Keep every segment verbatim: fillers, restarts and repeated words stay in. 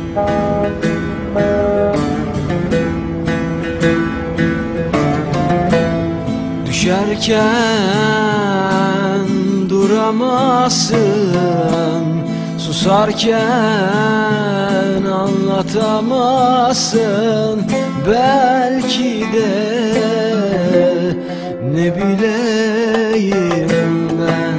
Düşerken duramazsın, susarken anlatamazsın. Belki de ne bileyim ben,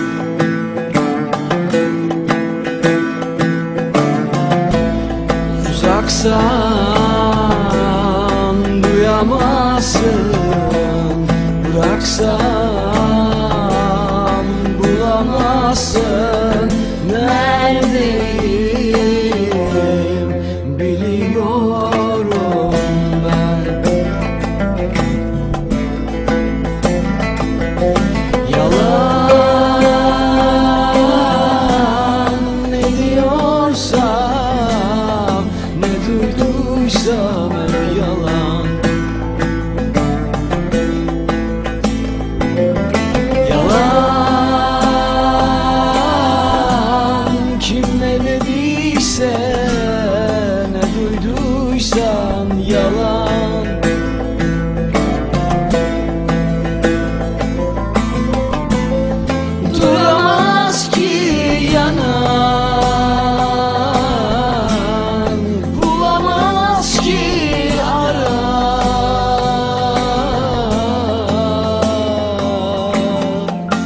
uzaksan duyamazsın, bıraksam bulamazsın. Neredeyim biliyorum ben. Yalan ne diyorsam, ne duyduysam hep yalan. Ne duyduysan yalan. Duramaz ki yanan, bulamaz ki aran.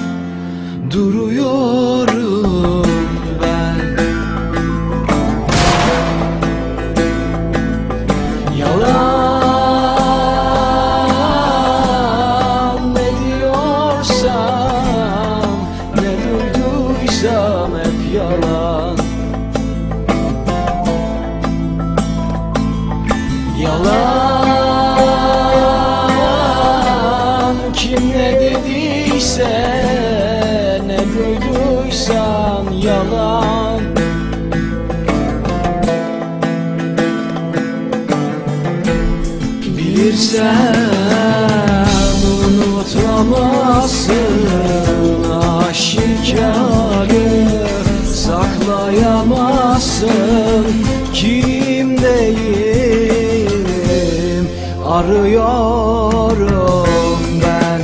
Duruyorum ben. Yalan ne diyorsam, ne duyduysam hep yalan. Yalan kim ne dediyse, ne duyduysan yalan. Bilirsen unutamazsın, aşikarı saklayamazsın. Kimdeyim arıyorum ben.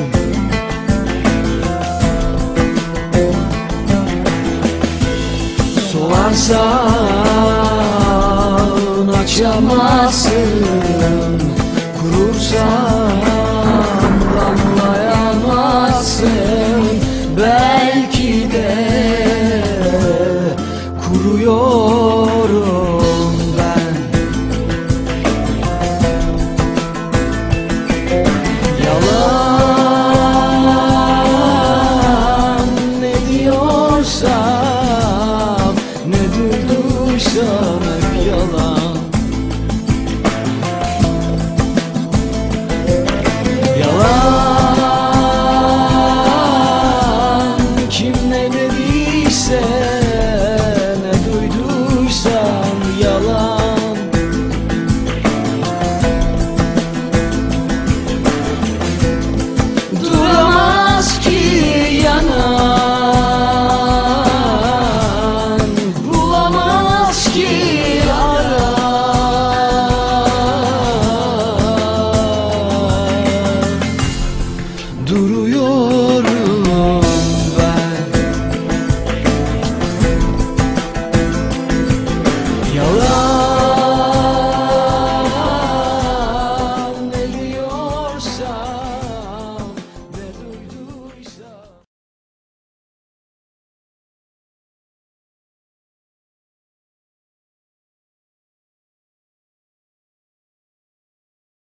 Solarsan açamazsın, kurursan damlayamazsın. Belki de kuruyorum ben. Yalan ne diyorsam, ne duyduysam hep yalan.